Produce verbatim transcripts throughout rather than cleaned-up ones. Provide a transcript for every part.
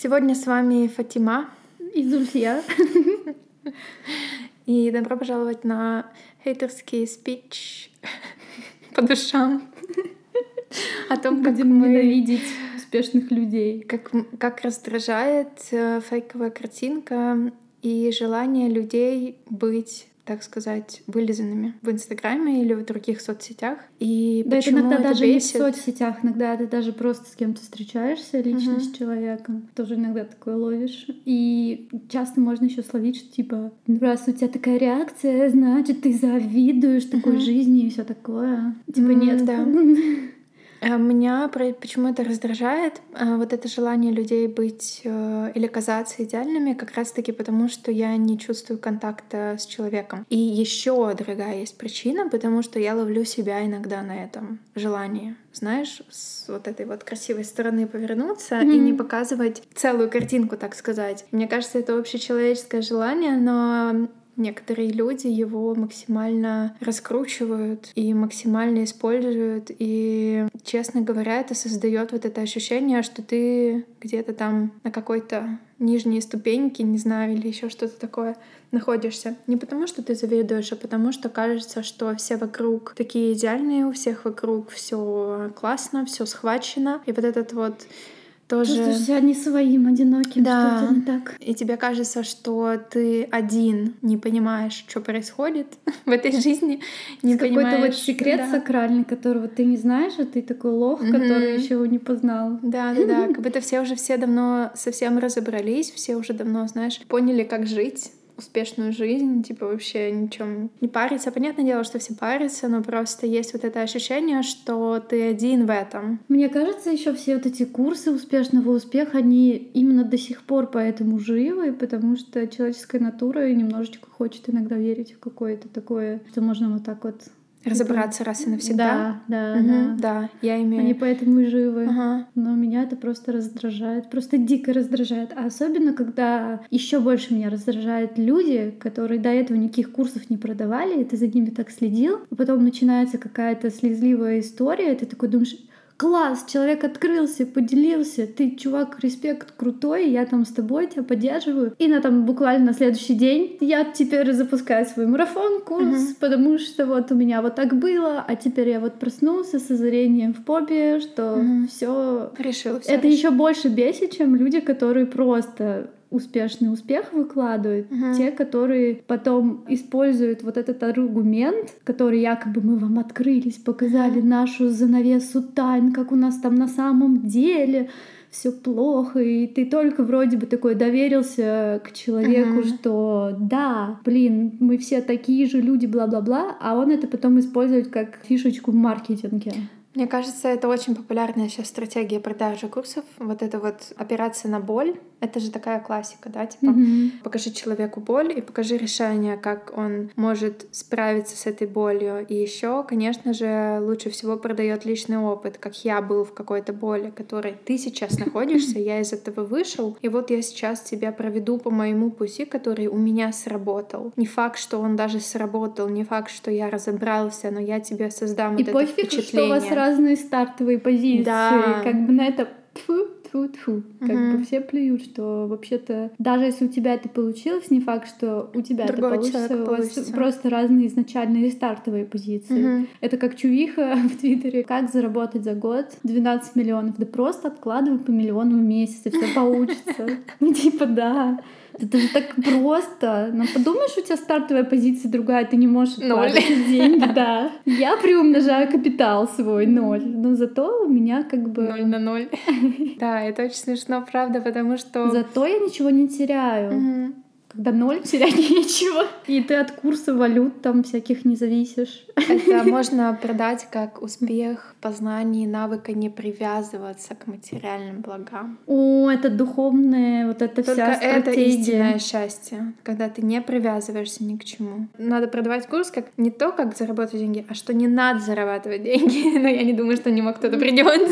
Сегодня с вами Фатима и Зульфия. И добро пожаловать на хейтерский спич по душам о том, как Будем мы ненавидеть успешных людей. Как, как раздражает фейковая картинка и желание людей быть, так сказать, вылизанными в Инстаграме или в других соцсетях. И да, почему это иногда это даже бесит? не в соцсетях, иногда ты даже просто с кем-то встречаешься лично Мгм. с человеком, тоже иногда такое ловишь. И часто можно еще словить, что типа, ну раз у тебя такая реакция, значит, ты завидуешь такой Мгм. жизни и все такое. Типа М, нет. да. А Меня про- почему это раздражает, а, вот это желание людей быть э, или казаться идеальными, как раз-таки потому, что я не чувствую контакта с человеком. И еще другая есть причина, потому что я ловлю себя иногда на этом желании. Знаешь, с вот этой вот красивой стороны повернуться и не Мгм. показывать целую картинку, так сказать. Мне кажется, это общечеловеческое желание, но некоторые люди его максимально раскручивают и максимально используют. И, честно говоря, это создает вот это ощущение, что ты где-то там на какой-то нижней ступеньке, не знаю, или еще что-то такое находишься. Не потому, что ты завидуешь, а потому, что кажется, что все вокруг такие идеальные, у всех вокруг все классно, все схвачено. И вот этот вот тоже... Чувствуешь себя не своим, одиноким, Да. что-то не так. И тебе кажется, что ты один не понимаешь, что происходит в этой жизни, не Есть какой-то вот понимаешь... секрет да. сакральный, которого ты не знаешь, а ты такой лох, Мгм. который еще его не познал. Да, да, да. Как будто все уже все давно совсем разобрались, все уже давно, знаешь, поняли, как жить успешную жизнь, типа вообще ничем не париться. Понятное дело, что все парятся, но просто есть вот это ощущение, что ты один в этом. Мне кажется, еще все вот эти курсы успешного успеха, они именно до сих пор поэтому живы, потому что человеческая натура немножечко хочет иногда верить в какое-то такое, что можно вот так вот Разобраться раз и навсегда. Да, да, Мгм, да. да, я имею... Они поэтому и живы. Ага. Но меня это просто раздражает, просто дико раздражает. А особенно, когда еще больше меня раздражают люди, которые до этого никаких курсов не продавали, и ты за ними так следил, а потом начинается какая-то слезливая история, и ты такой думаешь: класс, человек открылся, поделился, ты, чувак, респект, крутой, я там с тобой тебя поддерживаю. И на там буквально на следующий день я теперь запускаю свой марафон, курс, Мгм. потому что вот у меня вот так было, а теперь я вот проснулся с озарением в попе, что Мгм. все. Решил всё, Это решил. еще больше бесит, чем люди, которые просто успешный успех выкладывают, Мгм. те, которые потом используют вот этот аргумент, который якобы мы вам открылись, показали Мгм. нашу занавесу тайн, как у нас там на самом деле все плохо, и ты только вроде бы такой доверился к человеку, Мгм. что да, блин, мы все такие же люди, бла-бла-бла, а он это потом использует как фишечку в маркетинге. Мне кажется, это очень популярная сейчас стратегия продажи курсов. Вот это вот опираться на боль. Это же такая классика, да? Типа, Мгм. покажи человеку боль и покажи решение, как он может справиться с этой болью. И еще, конечно же, лучше всего продает личный опыт, как я был в какой-то боли, которой ты сейчас находишься, я из этого вышел, и вот я сейчас тебя проведу по моему пути, который у меня сработал. Не факт, что он даже сработал, не факт, что я разобрался, но я тебе создам И вот это пофиг, впечатление. что у вас разные стартовые позиции. Да. Как бы на это тьфу-тьфу-тьфу. Как Мгм. бы все плюют, что вообще-то даже если у тебя это получилось, не факт, что у тебя Другого это получится. человека У вас получится. просто разные изначальные стартовые позиции. Мгм. Это как чувиха в Твиттере. Как заработать за год двенадцать миллионов? Да просто откладывай по миллиону в месяц, и все получится. Ну типа да. Это же так просто. Но подумаешь, у тебя стартовая позиция другая, ты не можешь Ноль. откладывать деньги, да. Я приумножаю капитал свой, ноль. Но зато у меня как бы... Ноль на ноль. Да, это очень смешно, правда, потому что... Зато я ничего не теряю. Мгм. Когда ноль, терять нечего. И ты от курса валют там всяких не зависишь. Это можно продать как успех в познании навыка не привязываться к материальным благам. О, это духовное, вот это Только вся это стратегия. истинное счастье, когда ты не привязываешься ни к чему. Надо продавать курс как не то, как заработать деньги, а что не надо зарабатывать деньги. Но я не думаю, что не кто-то придет.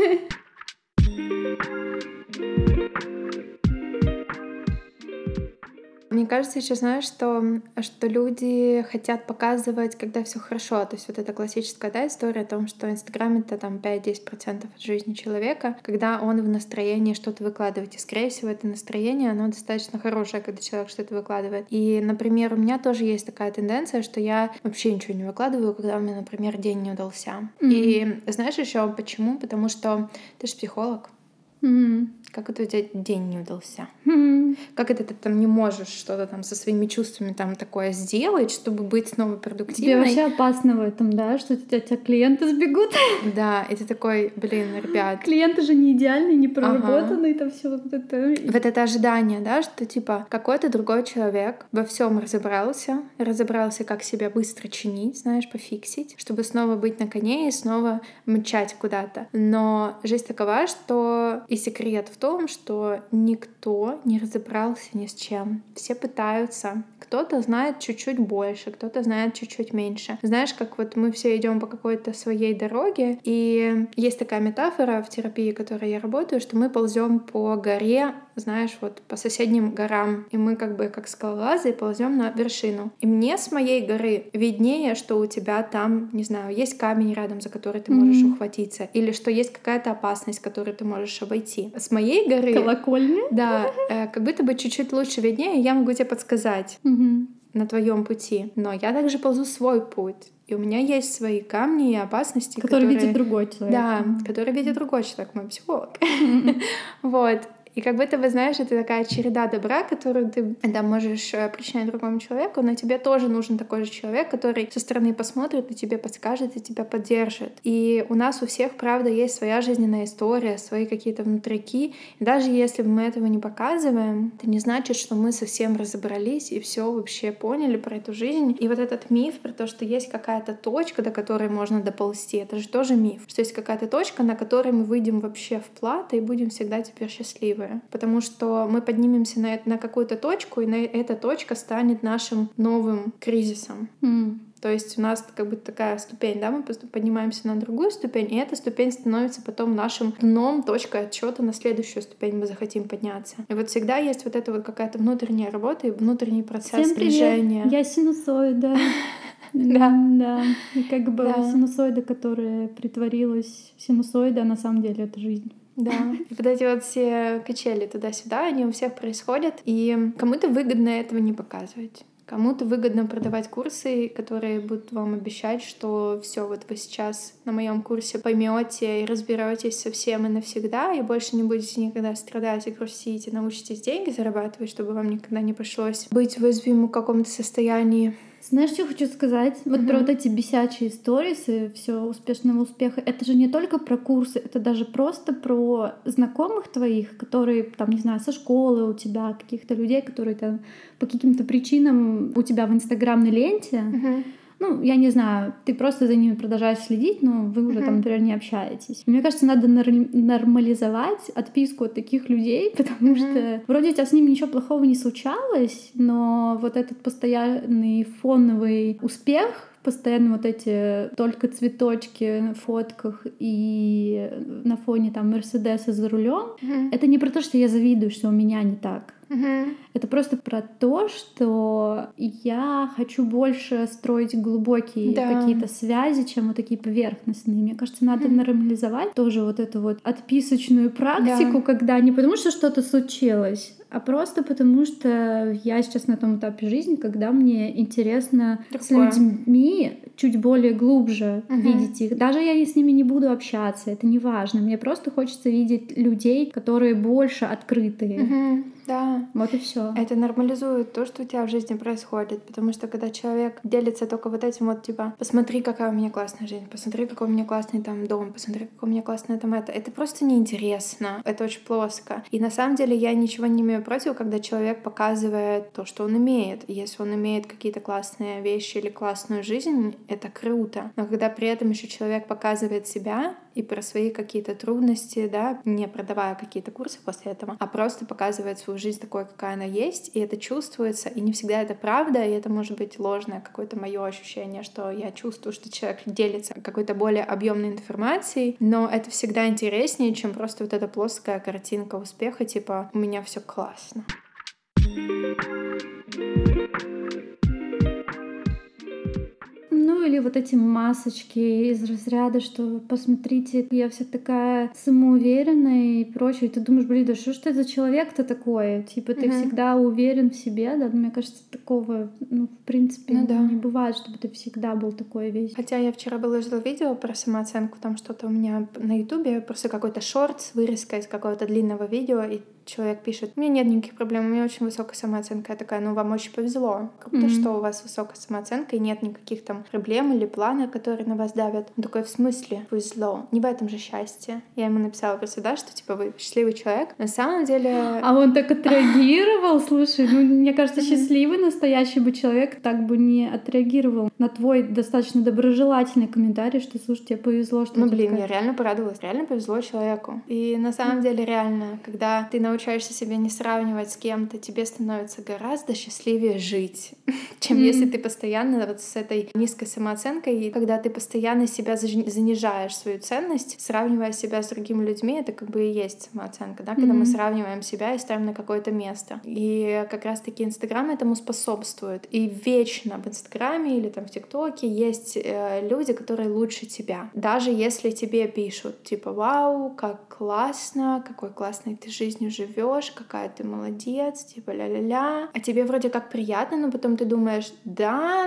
Мне кажется, еще знаешь, что, что люди хотят показывать, когда все хорошо. То есть вот эта классическая, да, история о том, что Инстаграм — это там пять-десять процентов от жизни человека, когда он в настроении что-то выкладывать. И, скорее всего, это настроение, оно достаточно хорошее, когда человек что-то выкладывает. И, например, у меня тоже есть такая тенденция, что я вообще ничего не выкладываю, когда у меня, например, день не удался. Mm-hmm. И знаешь еще почему? Потому что ты же психолог. Mm-hmm. Как это у тебя день не удался? Mm-hmm. Как это ты там не можешь что-то там со своими чувствами там такое сделать, чтобы быть снова продуктивной? Тебе вообще опасно в этом, да? Что у тебя, у тебя клиенты сбегут? Да, и ты такой, блин, ребят. Клиенты же не идеальные, не проработанные, ага. Там все вот это. Вот это ожидание, да, что типа какой-то другой человек во всем разобрался, разобрался, как себя быстро чинить, знаешь, пофиксить, чтобы снова быть на коне и снова мчать куда-то. Но жизнь такова, что и секрет в том, что никто не разобрался ни с чем. Все пытаются. Кто-то знает чуть-чуть больше, кто-то знает чуть-чуть меньше. Знаешь, как вот мы все идем по какой-то своей дороге, и есть такая метафора в терапии, в которой я работаю, что мы ползем по горе, знаешь, вот по соседним горам, и мы как бы как скалолазы ползем на вершину. И мне с моей горы виднее, что у тебя там, не знаю, есть камень рядом, за который ты можешь mm-hmm. ухватиться, или что есть какая-то опасность, которую ты можешь обойти. С моей горы... Колокольня? Да, э, как будто бы чуть-чуть лучше виднее, я могу тебе подсказать mm-hmm. на твоем пути. Но я также ползу свой путь. И у меня есть свои камни и опасности, которые... которые... видит другой человек. Да, mm-hmm. которые видит другой человек, мой психолог. Mm-hmm. Вот. И как будто бы, знаешь, это такая череда добра, которую ты, да, можешь причинять другому человеку, но тебе тоже нужен такой же человек, который со стороны посмотрит и тебе подскажет, и тебя поддержит. И у нас у всех, правда, есть своя жизненная история, свои какие-то внутрики. И даже если мы этого не показываем, это не значит, что мы совсем разобрались и все вообще поняли про эту жизнь. И вот этот миф про то, что есть какая-то точка, до которой можно доползти, это же тоже миф. Что есть какая-то точка, на которой мы выйдем вообще вплат и будем всегда теперь счастливы. Потому что мы поднимемся на, на какую-то точку, и на, эта точка станет нашим новым кризисом. Mm. То есть у нас как бы такая ступень, да, мы поднимаемся на другую ступень, и эта ступень становится потом нашим дном, точкой отсчета на следующую ступень мы захотим подняться. И вот всегда есть вот эта вот какая-то внутренняя работа и внутренний процесс Всем движения. Привет. Я синусоида. Да. Да. И как бы синусоида, которая притворилась синусоидой, а на самом деле это жизнь. Да. И вот эти вот все качели туда-сюда, они у всех происходят, и кому-то выгодно этого не показывать. Кому-то выгодно продавать курсы, которые будут вам обещать, что все, вот вы сейчас на моем курсе поймете и разберетесь со всем и навсегда, и больше не будете никогда страдать и грустить, и научитесь деньги зарабатывать, чтобы вам никогда не пришлось быть уязвимым в каком-то состоянии. Знаешь, что хочу сказать? Вот mm-hmm. про вот эти бесячие сторисы, все успешного успеха. Это же не только про курсы, это даже просто про знакомых твоих, которые, там, не знаю, со школы у тебя, каких-то людей, которые там по каким-то причинам у тебя в инстаграмной ленте. Mm-hmm. Ну, я не знаю, ты просто за ними продолжаешь следить, но вы уже mm-hmm. там, например, не общаетесь. И мне кажется, надо нормализовать отписку от таких людей, потому mm-hmm. что вроде у тебя с ними ничего плохого не случалось, но вот этот постоянный фоновый успех, постоянно вот эти только цветочки на фотках и на фоне там Мерседеса за рулем, mm-hmm. это не про то, что я завидую, что у меня не так. Mm-hmm. Это просто про то, что я хочу больше строить глубокие да. какие-то связи, чем вот такие поверхностные. Мне кажется, надо mm-hmm. нормализовать тоже вот эту вот отписочную практику, да. когда не потому, что что-то случилось, а просто потому, что я сейчас на том этапе жизни, когда мне интересно Другое. с людьми чуть более глубже uh-huh. видеть их. Даже я с ними не буду общаться, это не важно. Мне просто хочется видеть людей, которые больше открытые. Uh-huh. Да. Вот и все. Это нормализует то, что у тебя в жизни происходит, потому что когда человек делится только вот этим вот типа посмотри, какая у меня классная жизнь, посмотри, какой у меня классный там дом, посмотри, какой у меня классный там это, это просто неинтересно, это очень плоско. И на самом деле я ничего не имею против, когда человек показывает то, что он имеет. Если он имеет какие-то классные вещи или классную жизнь, это круто. Но когда при этом еще человек показывает себя и про свои какие-то трудности, да, не продавая какие-то курсы после этого, а просто показывает свою жизнь такой, какая она есть, и это чувствуется, и не всегда это правда, и это может быть ложное какое-то мое ощущение, что я чувствую, что человек делится какой-то более объемной информацией, но это всегда интереснее, чем просто вот эта плоская картинка успеха, типа «у меня все классно». Ну или вот эти масочки из разряда, что посмотрите, я вся такая самоуверенная и прочее. И ты думаешь, блин, да что ж ты за человек-то такой? Типа ты Мгм. всегда уверен в себе, да? Но мне кажется, такого, ну, в принципе, Ну да. не бывает, чтобы ты всегда был такой весь. Хотя я вчера выложила видео про самооценку, там что-то у меня на ютубе, просто какой-то шорт, вырезка из какого-то длинного видео, и человек пишет: у меня нет никаких проблем, у меня очень высокая самооценка. Я такая: ну, вам очень повезло. Круто, Мгм. что у вас высокая самооценка, и нет никаких там проблем или планов, которые на вас давят. Он такой: в смысле повезло? Не в этом же счастье. Я ему написала просто, да, что типа вы счастливый человек. На самом деле... А он так отреагировал, слушай, ну, мне кажется, счастливый настоящий бы человек так бы не отреагировал на твой достаточно доброжелательный комментарий, что, слушай, тебе повезло, что Ну, ты блин, такая... я реально порадовалась. Реально повезло человеку. И на самом деле реально, когда ты научаешься себя не сравнивать с кем-то, тебе становится гораздо счастливее жить, чем Мгм. если ты постоянно вот с этой низкой самооценкой, и когда ты постоянно себя заж- занижаешь свою ценность, сравнивая себя с другими людьми, это как бы и есть самооценка, да, когда мы Мгм. сравниваем себя и ставим на какое-то место. И как раз-таки Инстаграм этому способствует. И вечно в Инстаграме или там в ТикТоке есть э, люди, которые лучше тебя. Даже если тебе пишут, типа: вау, как классно, какой классной ты жизнью живешь, какая ты молодец, типа ля-ля-ля. А тебе вроде как приятно, но потом ты думаешь: да,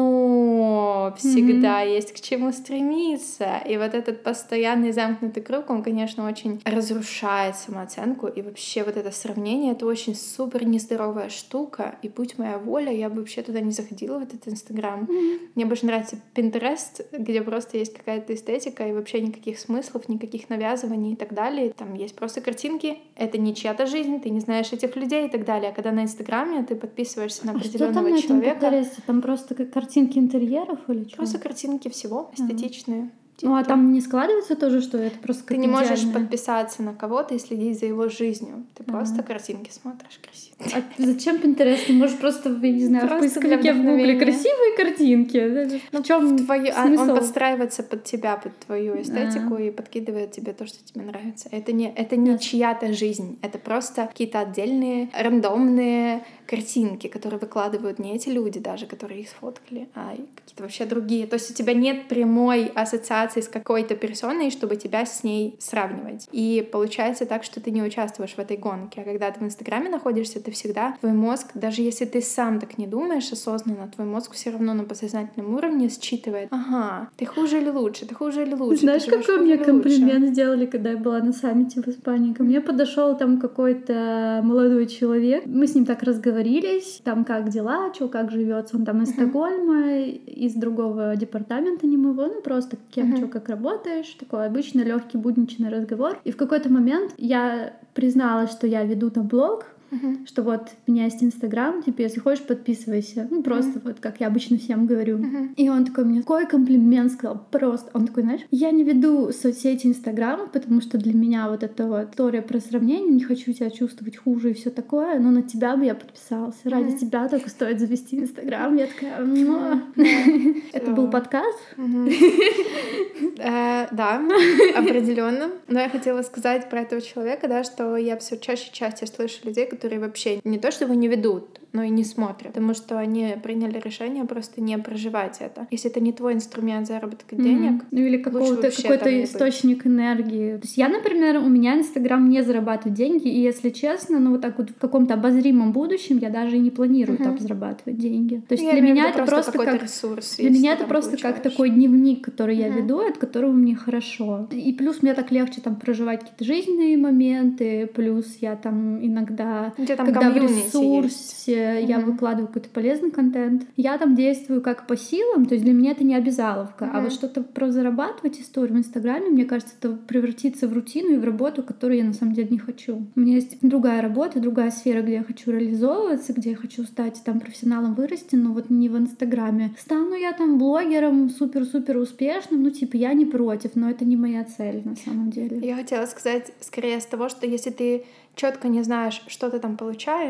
но всегда Мгм. есть к чему стремиться. И вот этот постоянный замкнутый круг, он, конечно, очень разрушает самооценку. И вообще вот это сравнение — это очень супер нездоровая штука. И будь моя воля, я бы вообще туда не заходила, в этот Инстаграм. Мгм. Мне больше нравится Pinterest, где просто есть какая-то эстетика и вообще никаких смыслов, никаких навязываний и так далее. Там есть просто картинки, это не чья-то жизнь, ты не знаешь этих людей и так далее. А когда на Инстаграме ты подписываешься на А что там определенного на этом человека, Pinterest? Там просто как картинки интерьеров или что? просто картинки всего Ага. эстетичные. Ну а Типа, там не складывается тоже, что это просто ты как не можешь идеальное? подписаться на кого-то и следить за его жизнью. Ты Ага. просто картинки смотришь красиво. А зачем Pinterest? Ты можешь просто, я не знаю, в Просто для поисковике в гугле вдохновения. красивые картинки. Ну, В чем твою, а, он смысл? подстраивается под тебя, под твою эстетику А, и подкидывает тебе то, что тебе нравится. Это не, это не ясно. чья-то жизнь, это просто какие-то отдельные рандомные картинки, которые выкладывают не эти люди даже, которые их сфоткали, а какие-то вообще другие. То есть у тебя нет прямой ассоциации с какой-то персоной, чтобы тебя с ней сравнивать. И получается так, что ты не участвуешь в этой гонке. А когда ты в Инстаграме находишься, ты всегда, твой мозг, даже если ты сам так не думаешь осознанно, твой мозг все равно на подсознательном уровне считывает: ага, ты хуже или лучше, ты хуже или лучше, Знаешь, ты живешь какой хуже мне или лучше. комплимент сделали, когда я была на саммите в Испании? Ко мне подошел там какой-то молодой человек. Мы с ним так разговаривали, там как дела, что, как живется. Он там из Мгм. Стокгольма, из другого департамента, не моего, ну просто кем, Мгм. что, как работаешь. Такой обычный легкий будничный разговор. И в какой-то момент я призналась, что я веду там блог, Мгм. что вот у меня есть Инстаграм, типа, если хочешь, подписывайся. Ну, просто вот как я обычно всем говорю. Мгм. И он такой мне такой комплимент сказал, просто. Он такой: знаешь, я не веду соцсети Инстаграма, потому что для меня вот эта вот история про сравнение, не хочу себя чувствовать хуже и все такое, но на тебя бы я подписался. Ради Мгм. тебя только стоит завести Инстаграм. Я такая: «Муа». Да. Это был Всё. подкаст? Мгм. Э, Да, определенно. Но я хотела сказать про этого человека, да, что я все чаще и чаще слышу людей, которые вообще не то чтобы не ведут, но и не смотрят, потому что они приняли решение просто не проживать это. Если это не твой инструмент заработка денег, Мгм. Ну или лучше какого-то вообще там какой-то не быть. источник энергии. То есть я, например, у меня Инстаграм не зарабатывает деньги, и если честно, ну вот так вот в каком-то обозримом будущем я даже и не планирую там Мгм. зарабатывать деньги. То есть Ну, я для имею в меня виду это просто какой-то как ресурс, для если меня ты это там просто как получаешь. такой дневник, который я Мгм. веду, от которого мне хорошо. И плюс мне так легче там проживать какие-то жизненные моменты, плюс я там иногда, У тебя там когда в комьюнити есть. ресурсе я Мгм. выкладываю какой-то полезный контент, я там действую как по силам, то есть для меня это не обязаловка. А вот Мгм. что-то про зарабатывать историю в Инстаграме, мне кажется, это превратится в рутину и в работу, которую я на самом деле не хочу. У меня есть другая работа, другая сфера, где я хочу реализовываться, где я хочу стать там профессионалом, вырасти, но вот не в Инстаграме. Стану я там блогером супер-супер успешным, ну типа я не против, но это не моя цель на самом деле. Я хотела сказать скорее с того, что если ты четко не знаешь, что ты там получаешь,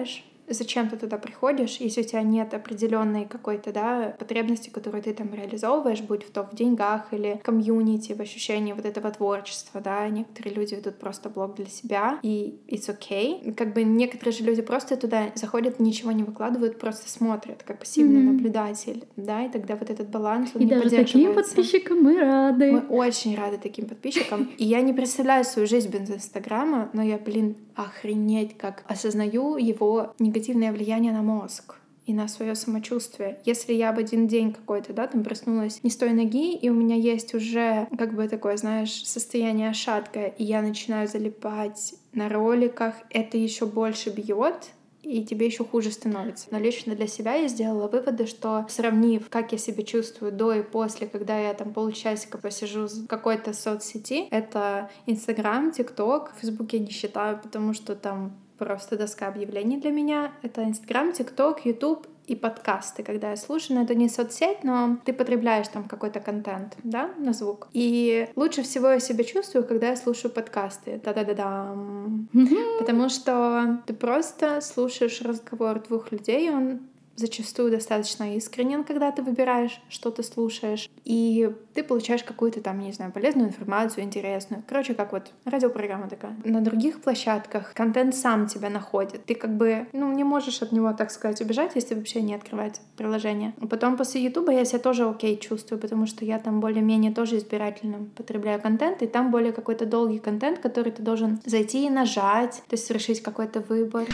зачем ты туда приходишь, если у тебя нет определенной какой-то, да, потребности, которую ты там реализовываешь, будь в то в деньгах или комьюнити, в ощущении вот этого творчества, да, некоторые люди ведут просто блог для себя, и it's okay. Как бы некоторые же люди просто туда заходят, ничего не выкладывают, просто смотрят, как пассивный mm-hmm. наблюдатель, да, и тогда вот этот баланс, он и не даже поддерживается. Таким подписчикам мы рады. Мы очень рады таким подписчикам. И я не представляю свою жизнь без Инстаграма, но я, блин, охренеть, как осознаю его негативное влияние на мозг и на свое самочувствие. Если я в один день какой-то, да, там проснулась не с той ноги, и у меня есть уже как бы такое, знаешь, состояние шаткое, и я начинаю залипать на роликах, это еще больше бьет, и тебе еще хуже становится. Но лично для себя я сделала выводы, что сравнив, как я себя чувствую до и после, когда я там полчасика посижу в какой-то соцсети, это Инстаграм, ТикТок, Фейсбук я не считаю, потому что там просто доска объявлений для меня. Это Инстаграм, ТикТок, Ютуб и подкасты, когда я слушаю. Но это не соцсеть, но ты потребляешь там какой-то контент, да, на звук. И лучше всего я себя чувствую, когда я слушаю подкасты. Да-да-да-дам. Потому что ты просто слушаешь разговор двух людей, он зачастую достаточно искренен, когда ты выбираешь, что ты слушаешь, и ты получаешь какую-то там, не знаю, полезную информацию, интересную. Короче, как вот радиопрограмма такая. На других площадках контент сам тебя находит. Ты как бы, ну, не можешь от него, так сказать, убежать, если вообще не открывать приложение. А потом после Ютуба я себя тоже окей чувствую, потому что я там более-менее тоже избирательно потребляю контент, и там более какой-то долгий контент, который ты должен зайти и нажать, то есть совершить какой-то выбор.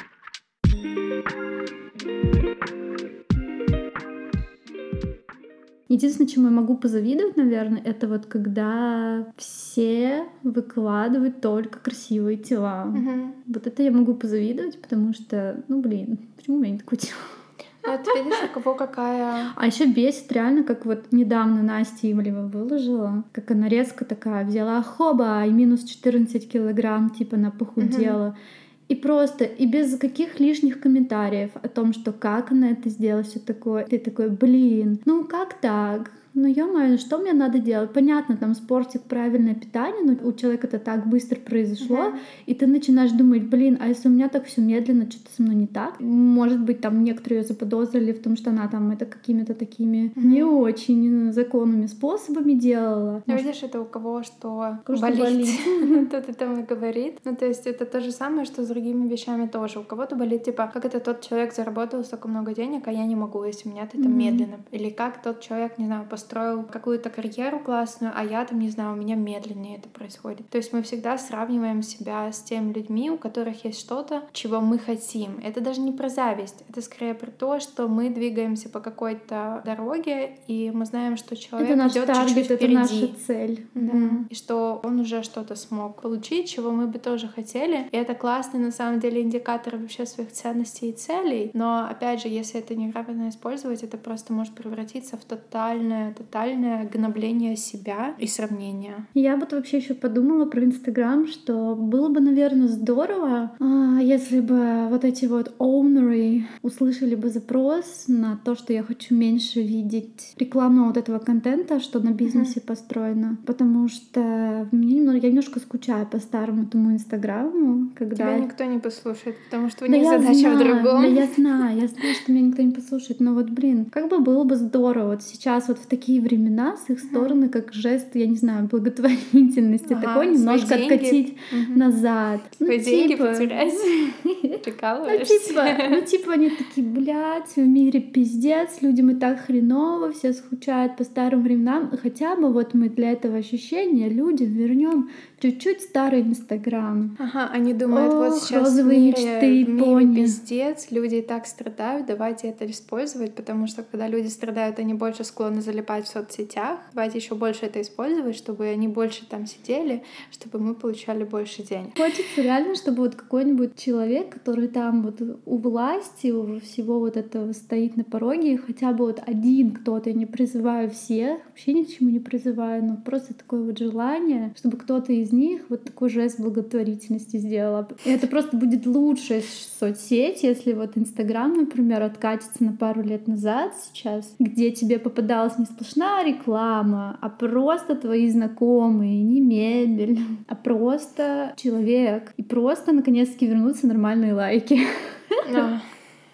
Единственное, чему я могу позавидовать, наверное, это вот когда все выкладывают только красивые тела. Угу. Вот это я могу позавидовать, потому что, ну блин, почему у меня не такое тело? Ну, ты видишь, у кого какая... А еще бесит реально, как вот недавно Настя Ивлева выложила, как она резко такая взяла хоба и минус четырнадцать килограмм, типа она похудела. Угу. И просто, и без каких лишних комментариев о том, что как она это сделала, все такое. Ты такой, блин, ну как так? Ну, ё-моё, что мне надо делать? Понятно, там спортик, правильное питание, но у человека это так быстро произошло, uh-huh. и ты начинаешь думать, блин, а если у меня так все медленно, что-то со мной не так? Может быть, там некоторые ее заподозрили в том, что она там это какими-то такими uh-huh. не очень законными способами делала. Ну, видишь, это у кого что Кого болит, тот это и говорит. Ну, то есть это то же самое, что с другими вещами тоже. У кого-то болит, типа, как это тот человек заработал столько много денег, а я не могу, если у меня это медленно. Или как тот человек, не знаю, построил какую-то карьеру классную, а я там, не знаю, у меня медленнее это происходит. То есть мы всегда сравниваем себя с теми людьми, у которых есть что-то, чего мы хотим. Это даже не про зависть, это скорее про то, что мы двигаемся по какой-то дороге, и мы знаем, что человек идет чуть-чуть впереди. Это наша цель. Да. Да. И что он уже что-то смог получить, чего мы бы тоже хотели. И это классный, на самом деле, индикатор вообще своих ценностей и целей. Но, опять же, если это неправильно использовать, это просто может превратиться в тотальное тотальное гнобление себя и сравнение. Я вот вообще еще подумала про Инстаграм, что было бы, наверное, здорово, если бы вот эти вот оунеры услышали бы запрос на то, что я хочу меньше видеть рекламного вот этого контента, что на бизнесе uh-huh. построено. Потому что мне немного, я немножко скучаю по старому тому Инстаграму, когда... Тебя никто не послушает, потому что у да них задача знаю, в другом. Да я знаю, я знаю, что меня никто не послушает, но вот, блин, как бы было бы здорово вот сейчас вот в такие времена с их стороны, uh-huh. как жест, я не знаю, благотворительности, ага, такой немножко откатить uh-huh. назад. Свои ну, деньги типа... потерять. Прикалываешься. Ну типа, ну типа они такие, блядь, в мире пиздец, людям и так хреново, все скучают по старым временам. Хотя бы вот мы для этого ощущения людям вернем чуть-чуть старый Инстаграм. Ага, они думают, Ох, вот сейчас розовые в мире, мечты, в мире пони. пиздец, люди и так страдают, давайте это использовать, потому что когда люди страдают, они больше склонны залипать в соцсетях. Давайте еще больше это использовать, чтобы они больше там сидели, чтобы мы получали больше денег. Хочется реально, чтобы вот какой-нибудь человек, который там вот у власти, у всего вот этого стоит на пороге, хотя бы вот один кто-то, я не призываю всех, вообще ни к чему не призываю, но просто такое вот желание, чтобы кто-то из них вот такой жест благотворительности сделал. И это просто будет лучшая соцсеть, если вот Инстаграм, например, откатится на пару лет назад сейчас, где тебе попадалась не сплошная реклама, а просто твои знакомые, не мебель, а просто человек. И просто наконец-таки вернутся нормальные лайки. Да.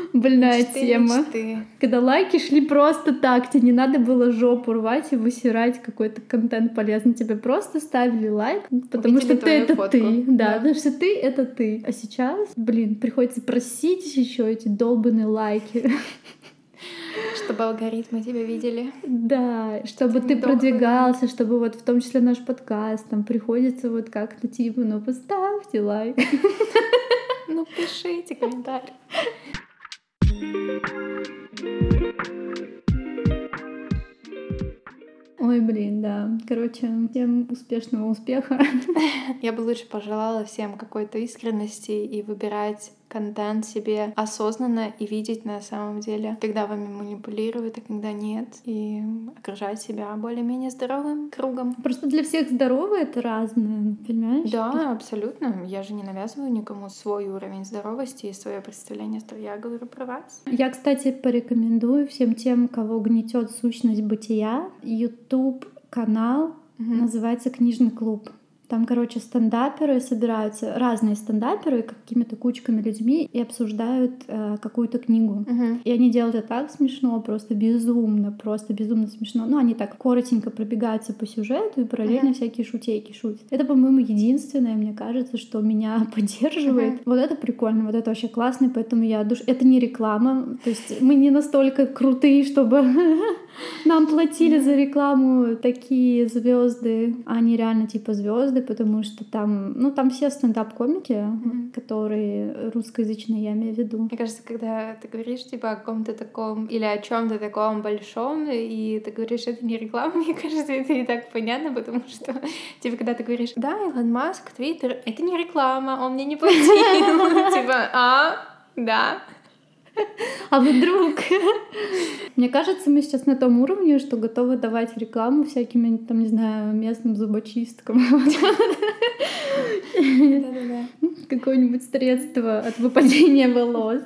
Больная Мечты, тема. мечты. Когда лайки шли просто так, тебе не надо было жопу рвать и высирать какой-то контент полезный. Тебе просто ставили лайк, потому Увидели что ты твою — это фотку. ты. Да, Да. потому что ты — это ты. А сейчас, блин, приходится просить еще эти долбанные лайки. Чтобы алгоритмы тебя видели. Да, чтобы ты ты не продвигался, чтобы вот в том числе наш подкаст, там приходится вот как-то типа, ну поставьте лайк. Ну, пишите комментарий. Ой, блин, да. Короче, всем успешного успеха. Я бы лучше пожелала всем какой-то искренности и выбирать контент себе осознанно и видеть на самом деле, когда вами манипулируют, а когда нет, и окружать себя более-менее здоровым кругом. Просто для всех здоровое — это разное, понимаешь? Да, абсолютно. Я же не навязываю никому свой уровень здоровости и свое представление, что я говорю про вас. Я, кстати, порекомендую всем тем, кого гнетет сущность бытия, YouTube-канал, Угу. называется «Книжный клуб». Там, короче, стендаперы собираются, разные стендаперы какими-то кучками людьми и обсуждают э, какую-то книгу. Угу. И они делают это так смешно, просто безумно, просто безумно смешно. Ну, они так коротенько пробегаются по сюжету и параллельно Мгм. всякие шутейки шутят. Это, по-моему, единственное, мне кажется, что меня поддерживает. Мгм. Вот это прикольно, вот это вообще классно, поэтому я душ... Это не реклама, то есть мы не настолько крутые, чтобы нам платили за рекламу такие звезды, а они реально типа звезды, потому что там, ну, там все стендап-комики, Мгм. которые русскоязычные, я имею в виду. Мне кажется, когда ты говоришь типа о каком-то таком или о чем-то таком большом, и ты говоришь, это не реклама, мне кажется, это и так понятно, потому что типа когда ты говоришь, да, Илон Маск, Твиттер, это не реклама, он мне не платил, типа, а, да. А вдруг? Мне кажется, мы сейчас на том уровне, что готовы давать рекламу всяким, там, не знаю, местным зубочисткам. Да-да-да. Какое-нибудь средство от выпадения волос.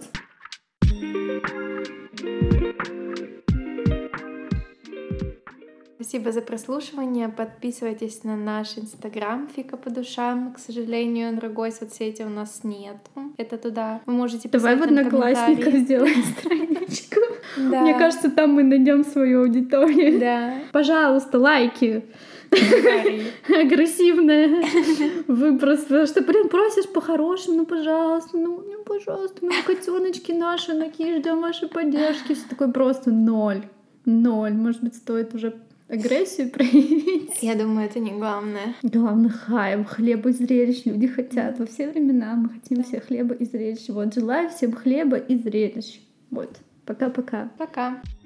Спасибо за прослушивание. Подписывайтесь на наш инстаграм Фика по душам. К сожалению, другой соцсети у нас нет. Это туда. Вы можете Давай писать в нам Одноклассниках комментарии. сделаем страничку. Да. Мне кажется, там мы найдем свою аудиторию. Да. Пожалуйста, лайки. Комментарии. Агрессивная выброс. Потому что, блин, просишь по-хорошему, ну, пожалуйста, ну, ну, пожалуйста, мы котеночки наши, такие ждем вашей поддержки. Все такое просто ноль. Ноль. Может быть, стоит уже агрессию проявить. Я думаю, это не главное. Главное, хайп, хлеба и зрелищ люди хотят. Во все времена мы хотим все хлеба и зрелищ. Вот, желаю всем хлеба и зрелищ. Вот. Пока-пока. Пока.